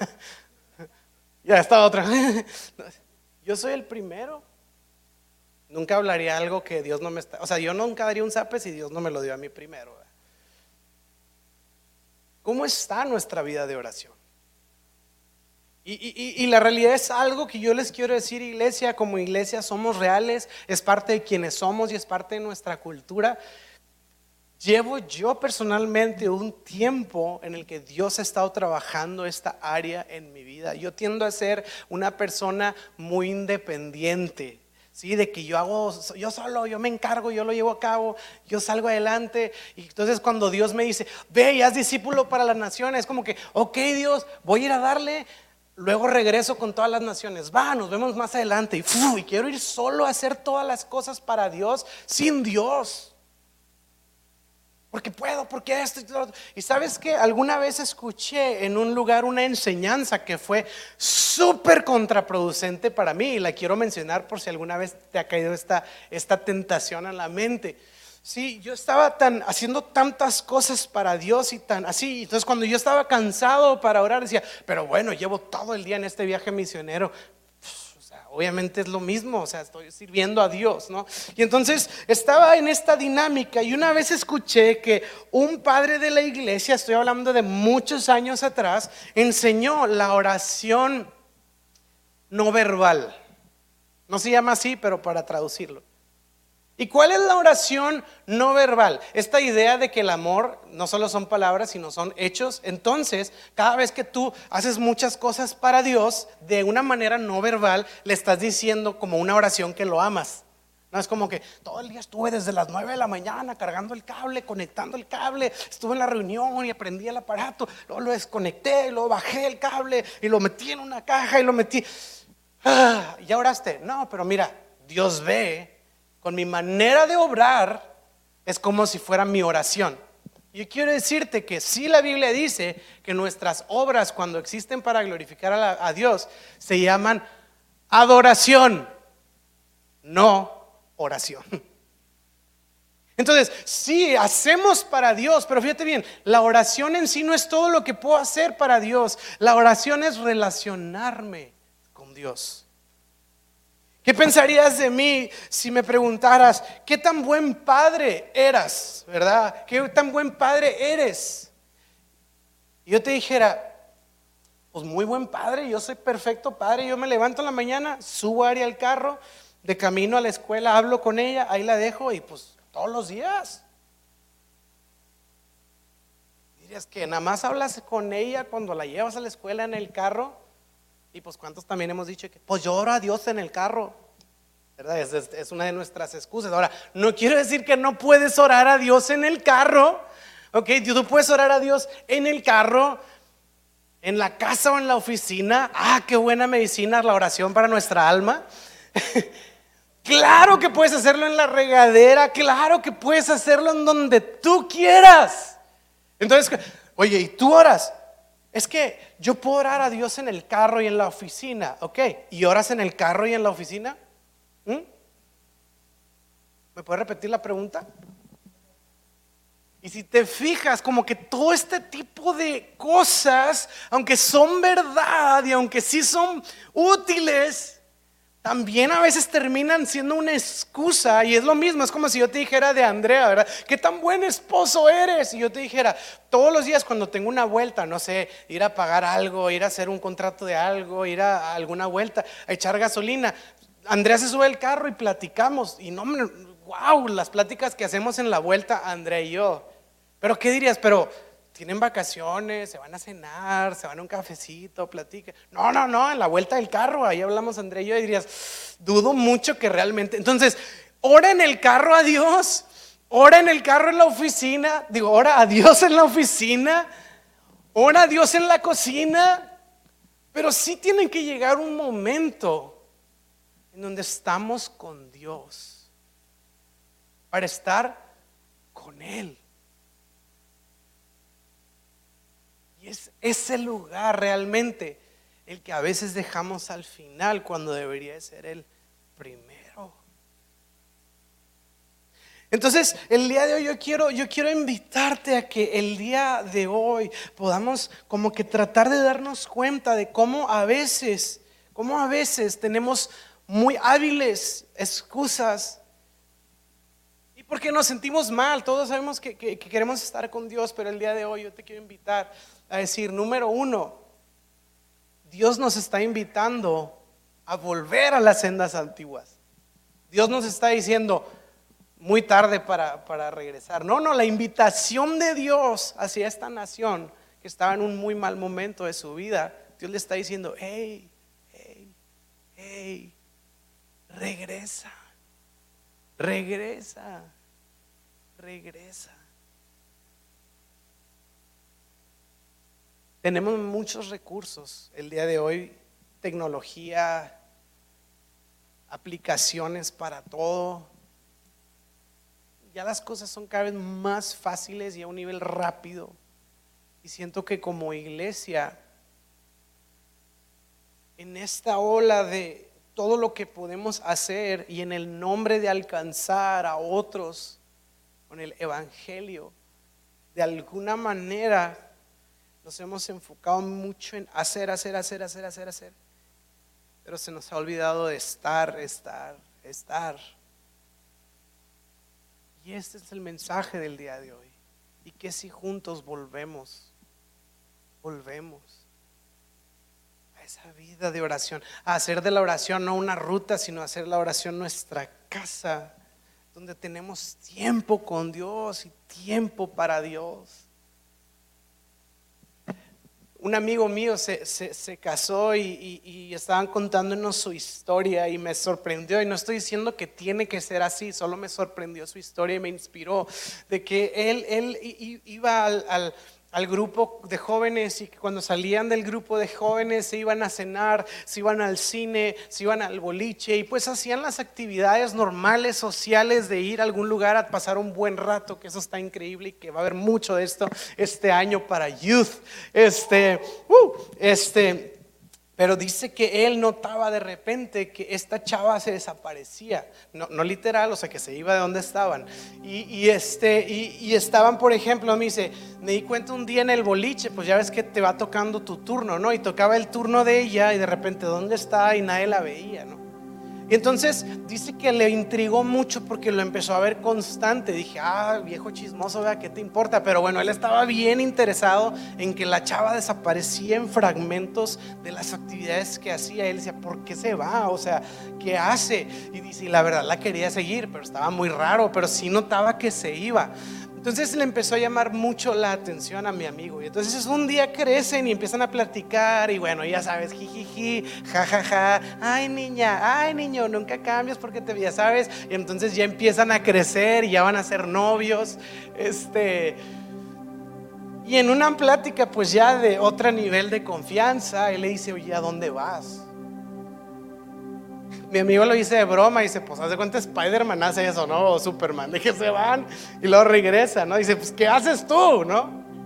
S1: Ya está otra. Yo soy el primero. Nunca hablaría algo que Dios no me está. O sea, yo nunca daría un zape si Dios no me lo dio a mí primero. ¿Cómo está nuestra vida de oración? Y la realidad es algo que yo les quiero decir, iglesia. Como iglesia somos reales, es parte de quienes somos y es parte de nuestra cultura. Llevo yo personalmente un tiempo en el que Dios ha estado trabajando esta área en mi vida. Yo tiendo a ser una persona muy independiente, ¿sí? De que yo solo, yo me encargo, yo lo llevo a cabo, yo salgo adelante. Y entonces cuando Dios me dice, ve y haz discípulo para las naciones, es como que, ok Dios, voy a ir a darle. Luego regreso con todas las naciones, nos vemos más adelante. Y quiero ir solo a hacer todas las cosas para Dios, sin Dios. Porque puedo, porque esto y todo. Y sabes que alguna vez escuché en un lugar una enseñanza que fue súper contraproducente para mí, y la quiero mencionar por si alguna vez te ha caído esta tentación a la mente. Sí, yo estaba haciendo tantas cosas para Dios y tan así. Entonces cuando yo estaba cansado para orar decía, pero bueno, llevo todo el día en este viaje misionero. Obviamente es lo mismo, o sea, estoy sirviendo a Dios, ¿no? Y entonces estaba en esta dinámica y una vez escuché que un padre de la iglesia, estoy hablando de muchos años atrás, enseñó la oración no verbal. No se llama así, pero para traducirlo. ¿Y cuál es la oración no verbal? Esta idea de que el amor no solo son palabras, sino son hechos. Entonces, cada vez que tú haces muchas cosas para Dios, de una manera no verbal, le estás diciendo como una oración que lo amas. No es como que todo el día estuve desde las 9 de la mañana cargando el cable, conectando el cable, estuve en la reunión y aprendí el aparato, luego lo desconecté, luego bajé el cable y lo metí en una caja y lo metí. ¿Ya oraste? No, pero mira, Dios ve. Con mi manera de obrar es como si fuera mi oración. Yo quiero decirte que sí, la Biblia dice que nuestras obras, cuando existen para glorificar a Dios, se llaman adoración, no oración. Entonces, sí, hacemos para Dios, pero fíjate bien, la oración en sí no es todo lo que puedo hacer para Dios. La oración es relacionarme con Dios. ¿Qué pensarías de mí si me preguntaras qué tan buen padre eras, verdad? ¿Qué tan buen padre eres? Y yo te dijera, pues muy buen padre, yo soy perfecto padre. Yo me levanto en la mañana, subo a Ari al carro, de camino a la escuela, hablo con ella, ahí la dejo y pues todos los días. Dirías que nada más hablas con ella cuando la llevas a la escuela en el carro. Y pues cuántos también hemos dicho que pues yo oro a Dios en el carro, ¿verdad? Es una de nuestras excusas. Ahora, no quiero decir que no puedes orar a Dios en el carro. Ok, tú puedes orar a Dios en el carro, en la casa o en la oficina. Qué buena medicina la oración para nuestra alma. Claro que puedes hacerlo en la regadera, claro que puedes hacerlo en donde tú quieras. Entonces, oye, ¿y tú oras? Es que yo puedo orar a Dios en el carro y en la oficina, ¿ok? ¿Y oras en el carro y en la oficina? ¿Me puedes repetir la pregunta? Y si te fijas, como que todo este tipo de cosas, aunque son verdad y aunque sí son útiles, también a veces terminan siendo una excusa. Y es lo mismo, es como si yo te dijera de Andrea, ¿verdad? ¿Qué tan buen esposo eres? Y yo te dijera, todos los días cuando tengo una vuelta, no sé, ir a pagar algo, ir a hacer un contrato de algo, ir a alguna vuelta, a echar gasolina, Andrea se sube al carro y platicamos. Y no, wow, las pláticas que hacemos en la vuelta, Andrea y yo. Pero ¿qué dirías? Pero tienen vacaciones, se van a cenar, se van a un cafecito, platican. No, en la vuelta del carro, ahí hablamos Andrea y yo, y dirías, dudo mucho que realmente. Entonces, ora en el carro a Dios, ora en el carro en la oficina, ora a Dios en la oficina, ora a Dios en la cocina, pero sí tiene que llegar un momento en donde estamos con Dios para estar con Él. Y es ese lugar realmente el que a veces dejamos al final cuando debería de ser el primero. Entonces, el día de hoy yo quiero invitarte a que el día de hoy podamos como que tratar de darnos cuenta de cómo a veces tenemos muy hábiles excusas. Y porque nos sentimos mal, todos sabemos que queremos estar con Dios, pero el día de hoy yo te quiero invitar a decir, número uno, Dios nos está invitando a volver a las sendas antiguas. Dios nos está diciendo, muy tarde para regresar. No, la invitación de Dios hacia esta nación que estaba en un muy mal momento de su vida, Dios le está diciendo, hey, regresa. Tenemos muchos recursos el día de hoy, tecnología, aplicaciones para todo. Ya las cosas son cada vez más fáciles y a un nivel rápido. Y siento que como iglesia, en esta ola de todo lo que podemos hacer y en el nombre de alcanzar a otros con el evangelio, de alguna manera nos hemos enfocado mucho en hacer, pero se nos ha olvidado de estar. Y este es el mensaje del día de hoy. Y que si juntos volvemos a esa vida de oración, a hacer de la oración no una ruta, sino a hacer la oración nuestra casa, donde tenemos tiempo con Dios y tiempo para Dios. Un amigo mío se casó y estaban contándonos su historia y me sorprendió, y no estoy diciendo que tiene que ser así, solo me sorprendió su historia y me inspiró de que él iba al grupo de jóvenes y que cuando salían del grupo de jóvenes se iban a cenar, se iban al cine, se iban al boliche y pues hacían las actividades normales, sociales de ir a algún lugar a pasar un buen rato, que eso está increíble y que va a haber mucho de esto este año para youth. Pero dice que él notaba de repente que esta chava se desaparecía, no literal, o sea que se iba de donde estaban. Y estaban, por ejemplo, me dice, me di cuenta un día en el boliche, pues ya ves que te va tocando tu turno, ¿no? Y tocaba el turno de ella y de repente, ¿dónde está? Y nadie la veía, ¿no? Y entonces dice que le intrigó mucho porque lo empezó a ver constante. Dije, viejo chismoso, vea, ¿qué te importa? Pero bueno, él estaba bien interesado en que la chava desaparecía en fragmentos de las actividades que hacía. Él decía, ¿por qué se va? O sea, ¿qué hace? Y dice, la verdad la quería seguir, pero estaba muy raro, pero sí notaba que se iba. Entonces le empezó a llamar mucho la atención a mi amigo. Y entonces un día crecen y empiezan a platicar. Y bueno, ya sabes, jijiji, jajaja. Ay niña, ay niño, nunca cambias porque ya sabes. Y entonces ya empiezan a crecer y ya van a ser novios. Y en una plática pues ya de otro nivel de confianza, él le dice, oye, ¿a dónde vas? Mi amigo lo dice de broma y dice, pues haz de cuenta Spider-Man hace eso, ¿no? O Superman, de que se van y luego regresa, ¿no? Dice, pues ¿qué haces tú, no?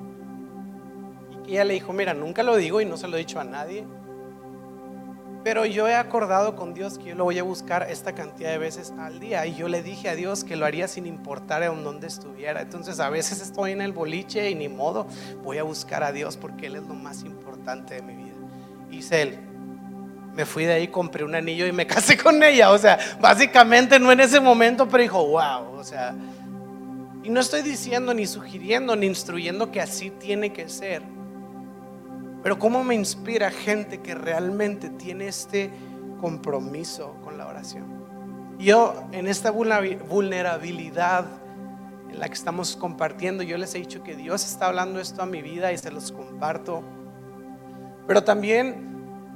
S1: Y ella le dijo, mira, nunca lo digo y no se lo he dicho a nadie, pero yo he acordado con Dios que yo lo voy a buscar esta cantidad de veces al día. Y yo le dije a Dios que lo haría sin importar en dónde estuviera. Entonces a veces estoy en el boliche y ni modo, voy a buscar a Dios porque Él es lo más importante de mi vida. Y dice él, me fui de ahí, compré un anillo y me casé con ella. O sea, básicamente no en ese momento, pero dijo, wow, o sea. Y no estoy diciendo, ni sugiriendo, ni instruyendo que así tiene que ser. Pero cómo me inspira gente que realmente tiene este compromiso con la oración. Yo en esta vulnerabilidad en la que estamos compartiendo, yo les he dicho que Dios está hablando esto a mi vida y se los comparto. Pero también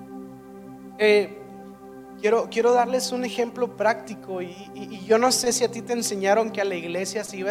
S1: quiero darles un ejemplo práctico y yo no sé si a ti te enseñaron que a la iglesia se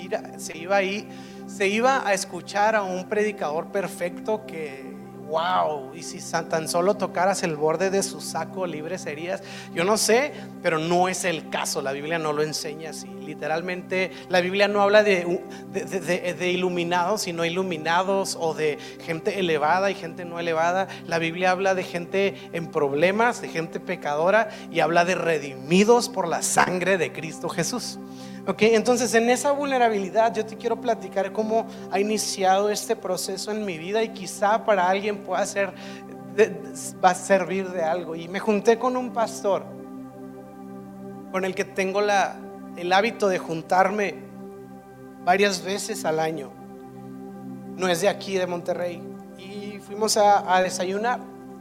S1: iba a escuchar a un predicador perfecto que wow, y si tan solo tocaras el borde de su saco libre serías. Yo no sé, pero no es el caso. La Biblia no lo enseña así. Literalmente la Biblia no habla de iluminados, sino iluminados, o de gente elevada y gente no elevada. La Biblia habla de gente en problemas, de gente pecadora, y habla de redimidos por la sangre de Cristo Jesús. Okay, entonces en esa vulnerabilidad yo te quiero platicar cómo ha iniciado este proceso en mi vida, y quizá para alguien va a servir de algo. Y me junté con un pastor con el que tengo el hábito de juntarme varias veces al año. No es de aquí, de Monterrey. Y fuimos a desayunar.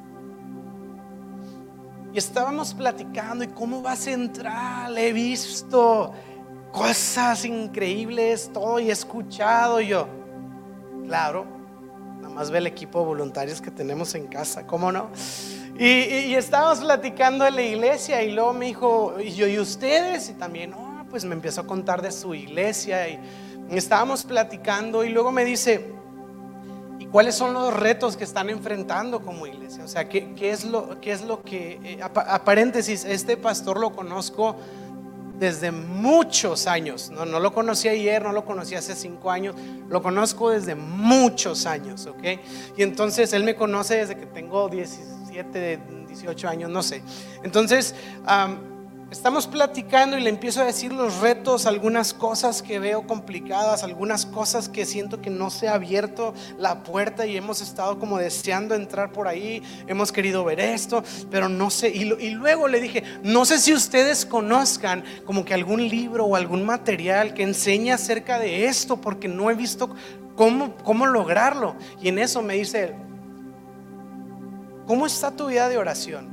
S1: Y estábamos platicando, y cómo va Central, he visto cosas increíbles, todo, y he escuchado. Yo, claro, nada más ve el equipo de voluntarios que tenemos en casa, ¿cómo no? Y estábamos platicando en la iglesia, y luego me dijo, ¿y ustedes? Y también, pues me empezó a contar de su iglesia, y estábamos platicando, y luego me dice, ¿y cuáles son los retos que están enfrentando como iglesia? O sea, ¿qué es lo que a paréntesis, este pastor lo conozco desde muchos años, no lo conocí ayer, no lo conocí hace 5 años, lo conozco desde muchos años, ¿ok? Y entonces él me conoce desde que tengo 17, 18 años, no sé. Entonces estamos platicando y le empiezo a decir los retos, algunas cosas que veo complicadas, algunas cosas que siento que no se ha abierto la puerta y hemos estado como deseando entrar por ahí, hemos querido ver esto, pero no sé. Y luego le dije, no sé si ustedes conozcan como que algún libro o algún material que enseñe acerca de esto, porque no he visto cómo lograrlo. Y en eso me dice él, ¿cómo está tu vida de oración?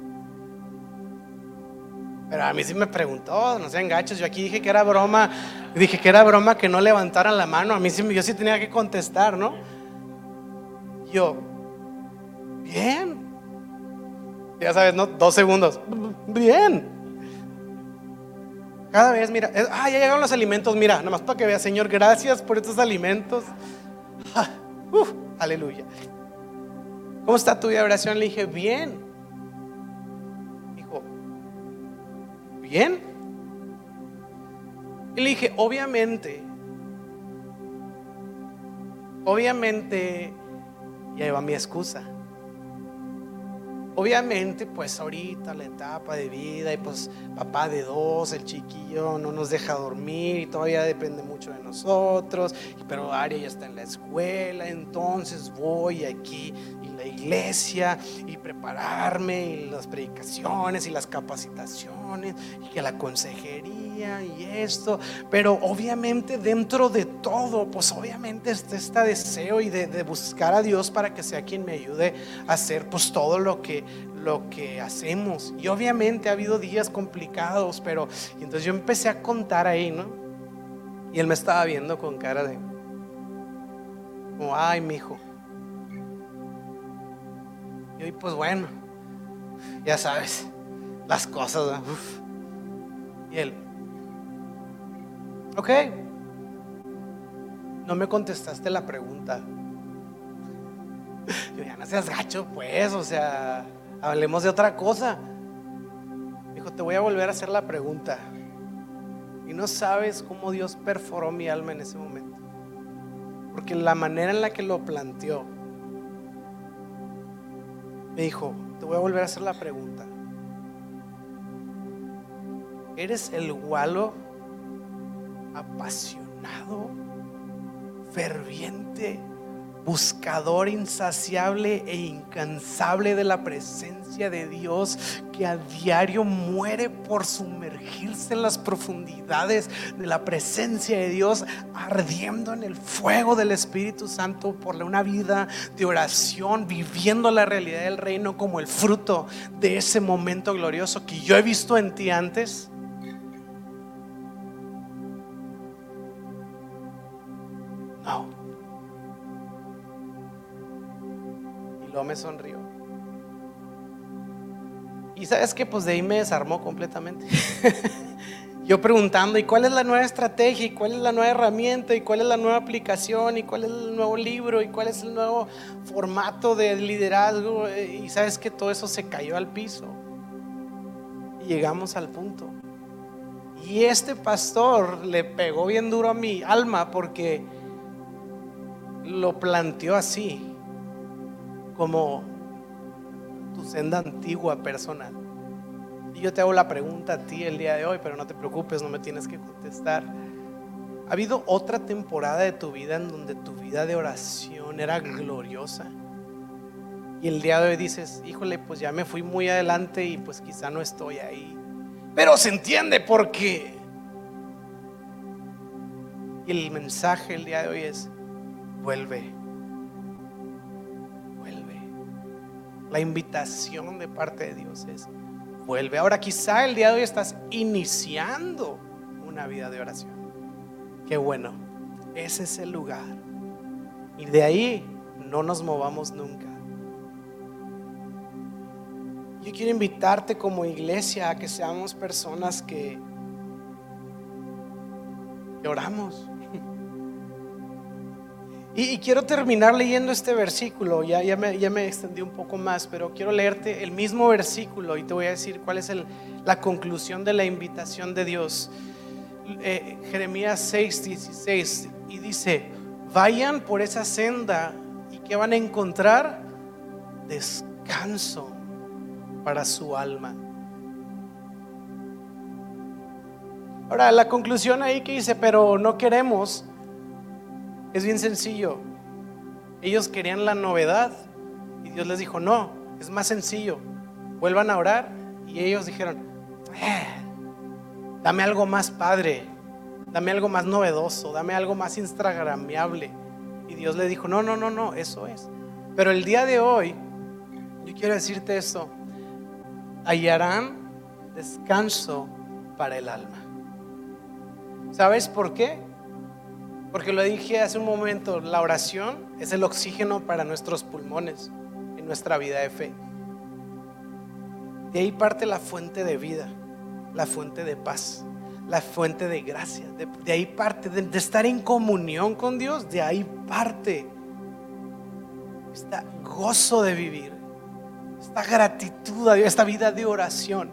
S1: Pero a mí sí me preguntó, no sean gachos. Yo aquí dije que era broma, que no levantaran la mano. A mí sí, yo sí tenía que contestar, ¿no? Yo, bien. Ya sabes, ¿no? 2 segundos. Bien. Cada vez, mira, ya llegaron los alimentos. Mira, nada más para que veas, Señor, gracias por estos alimentos. Aleluya. ¿Cómo está tu vida de oración? Le dije, bien. Dijo, ¿bien? Y le dije, obviamente, ya va mi excusa. Obviamente, pues ahorita la etapa de vida, y pues papá de 2, el chiquillo no nos deja dormir y todavía depende mucho de nosotros, pero Aria ya está en la escuela, entonces voy aquí y la iglesia y prepararme y las predicaciones y las capacitaciones y que la consejería y esto, pero obviamente dentro de todo, pues obviamente está este deseo y de buscar a Dios para que sea quien me ayude a hacer pues todo lo que hacemos. Y obviamente ha habido días complicados, pero y entonces yo empecé a contar ahí, ¿no? Y él me estaba viendo con cara de como, ay, mijo. Y hoy pues bueno, ya sabes, las cosas, ¿no? Y él, ok, no me contestaste la pregunta. Yo, ya no seas gacho pues, o sea, hablemos de otra cosa. Dijo, te voy a volver a hacer la pregunta. Y no sabes cómo Dios perforó mi alma en ese momento, porque la manera en la que lo planteó, me dijo, te voy a volver a hacer la pregunta. ¿Eres el gualo apasionado, ferviente, buscador insaciable e incansable de la presencia de Dios, que a diario muere por sumergirse en las profundidades de la presencia de Dios, ardiendo en el fuego del Espíritu Santo por una vida de oración, viviendo la realidad del reino como el fruto de ese momento glorioso que yo he visto en ti antes? No. Y luego me sonrió. Y sabes que pues de ahí me desarmó completamente. Yo preguntando, ¿y cuál es la nueva estrategia? ¿Y cuál es la nueva herramienta? ¿Y cuál es la nueva aplicación? ¿Y cuál es el nuevo libro? ¿Y cuál es el nuevo formato de liderazgo? Y sabes que todo eso se cayó al piso. Y llegamos al punto. Y este pastor le pegó bien duro a mi alma, porque lo planteó así, como tu senda antigua personal. Y yo te hago la pregunta a ti el día de hoy, pero no te preocupes, no me tienes que contestar. ¿Ha habido otra temporada de tu vida en donde tu vida de oración era gloriosa? Y el día de hoy dices, híjole, pues ya me fui muy adelante y pues quizá no estoy ahí. Pero se entiende porque. Y el mensaje el día de hoy es: vuelve. La invitación de parte de Dios es: vuelve. Ahora quizá el día de hoy estás iniciando una vida de oración. Qué bueno, ese es el lugar. Y de ahí no nos movamos nunca. Yo quiero invitarte como iglesia a que seamos personas que oramos. Y quiero terminar leyendo este versículo. Ya me extendí un poco más, pero quiero leerte el mismo versículo y te voy a decir cuál es la conclusión de la invitación de Dios. Jeremías 6:16, y dice: vayan por esa senda, y ¿qué van a encontrar? Descanso para su alma. Ahora la conclusión ahí que dice, pero no queremos, es bien sencillo. Ellos querían la novedad y Dios les dijo, no, es más sencillo, vuelvan a orar. Y ellos dijeron, dame algo más padre, dame algo más novedoso, dame algo más instagramiable. Y Dios le dijo, no, eso es. Pero el día de hoy yo quiero decirte esto: hallarán descanso para el alma. ¿Sabes por qué? Porque lo dije hace un momento, la oración es el oxígeno para nuestros pulmones en nuestra vida de fe. De ahí parte la fuente de vida, la fuente de paz, la fuente de gracia. De ahí parte de estar en comunión con Dios. De ahí parte este gozo de vivir, esta gratitud a Dios, esta vida de oración.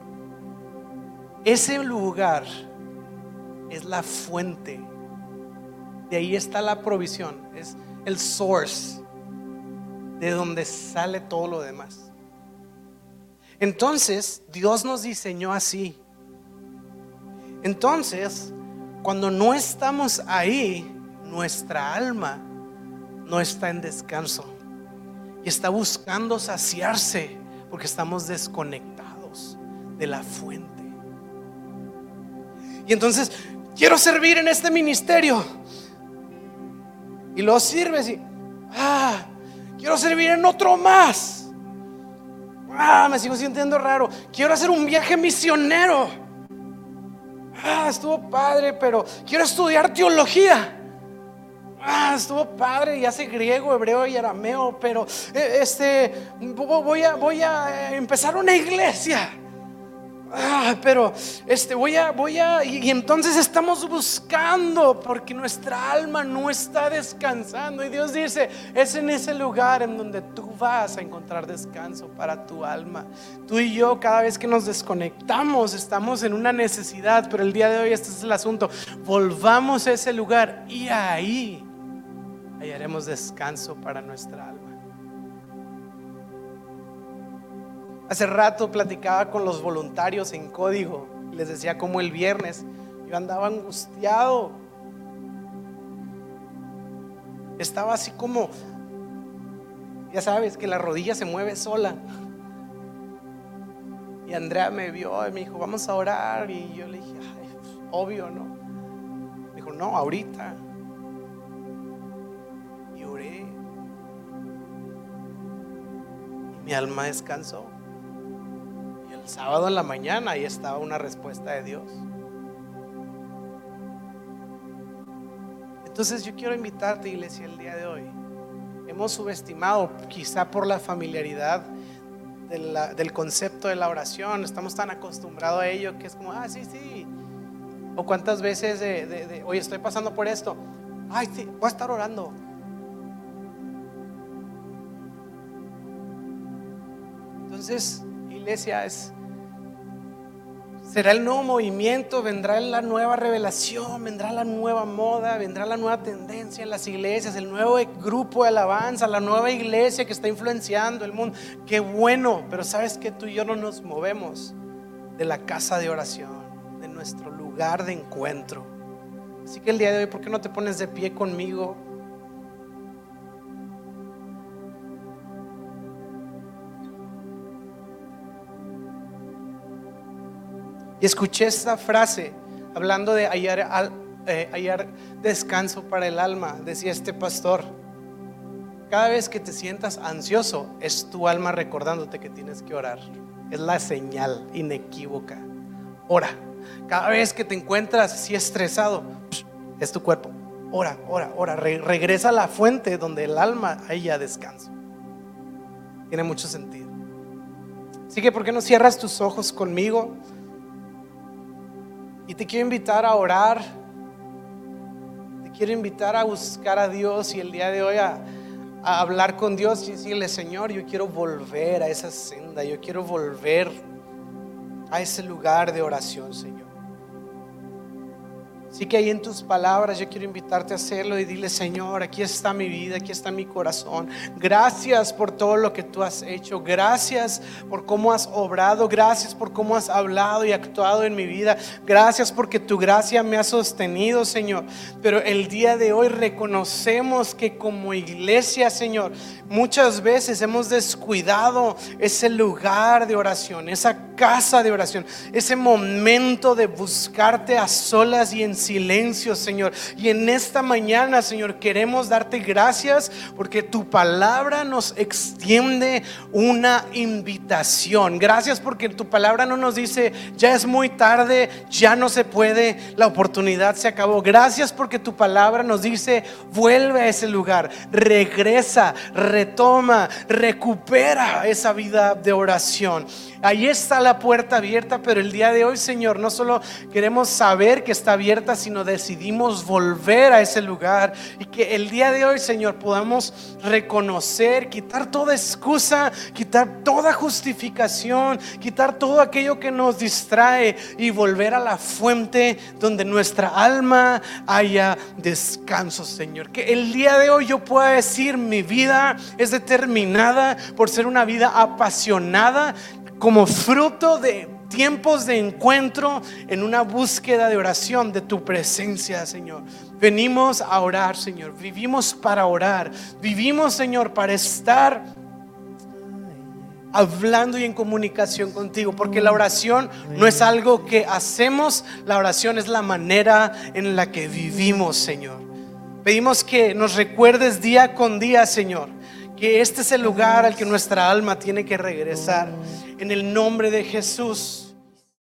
S1: Ese lugar es la fuente, de ahí está la provisión, es el source de donde sale todo lo demás. Entonces Dios nos diseñó así. Entonces, cuando no estamos ahí, nuestra alma no está en descanso y está buscando saciarse porque estamos desconectados de la fuente. Y entonces, quiero servir en este ministerio, y lo sirves y quiero servir en otro más. Me sigo sintiendo raro. Quiero hacer un viaje misionero. Estuvo padre, pero quiero estudiar teología. Estuvo padre, y hace griego, hebreo y arameo, pero voy a empezar una iglesia. Pero y entonces estamos buscando, porque nuestra alma no está descansando. Y Dios dice: es en ese lugar en donde tú vas a encontrar descanso para tu alma. Tú y yo, cada vez que nos desconectamos, estamos en una necesidad. Pero el día de hoy este es el asunto: volvamos a ese lugar y ahí hallaremos descanso para nuestra alma. Hace rato platicaba con los voluntarios en Código y les decía cómo el viernes yo andaba angustiado. Estaba así como, ya sabes, que la rodilla se mueve sola. Y Andrea me vio y me dijo: vamos a orar. Y yo le dije: pues, obvio, ¿no? Me dijo: no, ahorita. Y oré, y mi alma descansó. El sábado en la mañana ahí estaba una respuesta de Dios. Entonces yo quiero invitarte, iglesia, el día de hoy. Hemos subestimado, quizá por la familiaridad del concepto de la oración. Estamos tan acostumbrados a ello que es como: sí. O cuántas veces oye, estoy pasando por esto. Sí, voy a estar orando. Entonces, iglesia, será el nuevo movimiento, vendrá la nueva revelación, vendrá la nueva moda, vendrá la nueva tendencia en las iglesias, el nuevo grupo de alabanza, la nueva iglesia que está influenciando el mundo. Qué bueno, pero sabes que tú y yo no nos movemos de la casa de oración, de nuestro lugar de encuentro. Así que el día de hoy, ¿por qué no te pones de pie conmigo? Y escuché esta frase hablando de hallar descanso para el alma. Decía este pastor: cada vez que te sientas ansioso, es tu alma recordándote que tienes que orar. Es la señal inequívoca. Ora. Cada vez que te encuentras así estresado, es tu cuerpo. Ora. Regresa a la fuente donde el alma haya descanso. Tiene mucho sentido. Así que, ¿por qué no cierras tus ojos conmigo? Y te quiero invitar a orar. Te quiero invitar a buscar a Dios, y el día de hoy a hablar con Dios y decirle: Señor, yo quiero volver a esa senda. Yo quiero volver a ese lugar de oración, Señor. Así que ahí en tus palabras yo quiero invitarte a hacerlo y dile: Señor, aquí está mi vida, aquí está mi corazón. Gracias por todo lo que tú has hecho. Gracias por cómo has obrado. Gracias por cómo has hablado y actuado en mi vida. Gracias porque tu gracia me ha sostenido, Señor. Pero el día de hoy reconocemos que como iglesia, Señor, muchas veces hemos descuidado ese lugar de oración, esa casa de oración, ese momento de buscarte a solas y en silencio, Señor. Y en esta mañana, Señor, queremos darte gracias porque tu palabra nos extiende una invitación. Gracias porque tu palabra no nos dice: ya es muy tarde, ya no se puede, la oportunidad se acabó. Gracias porque tu palabra nos dice: vuelve a ese lugar, regresa, retoma, recupera esa vida de oración. Ahí está la la puerta abierta, pero el día de hoy, Señor, no solo queremos saber que está abierta, sino decidimos volver a ese lugar. Y que el día de hoy, Señor, podamos reconocer, quitar toda excusa, quitar toda justificación, quitar todo aquello que nos distrae y volver a la fuente donde nuestra alma haya descanso, Señor. Que el día de hoy yo pueda decir: mi vida es determinada por ser una vida apasionada, como fruto de tiempos de encuentro en una búsqueda de oración de tu presencia, Señor. Venimos a orar, Señor. Vivimos para orar. Vivimos, Señor, para estar hablando y en comunicación contigo, porque la oración no es algo que hacemos, la oración es la manera en la que vivimos, Señor. Pedimos que nos recuerdes día con día, Señor, que este es el lugar al que nuestra alma tiene que regresar. En el nombre de Jesús.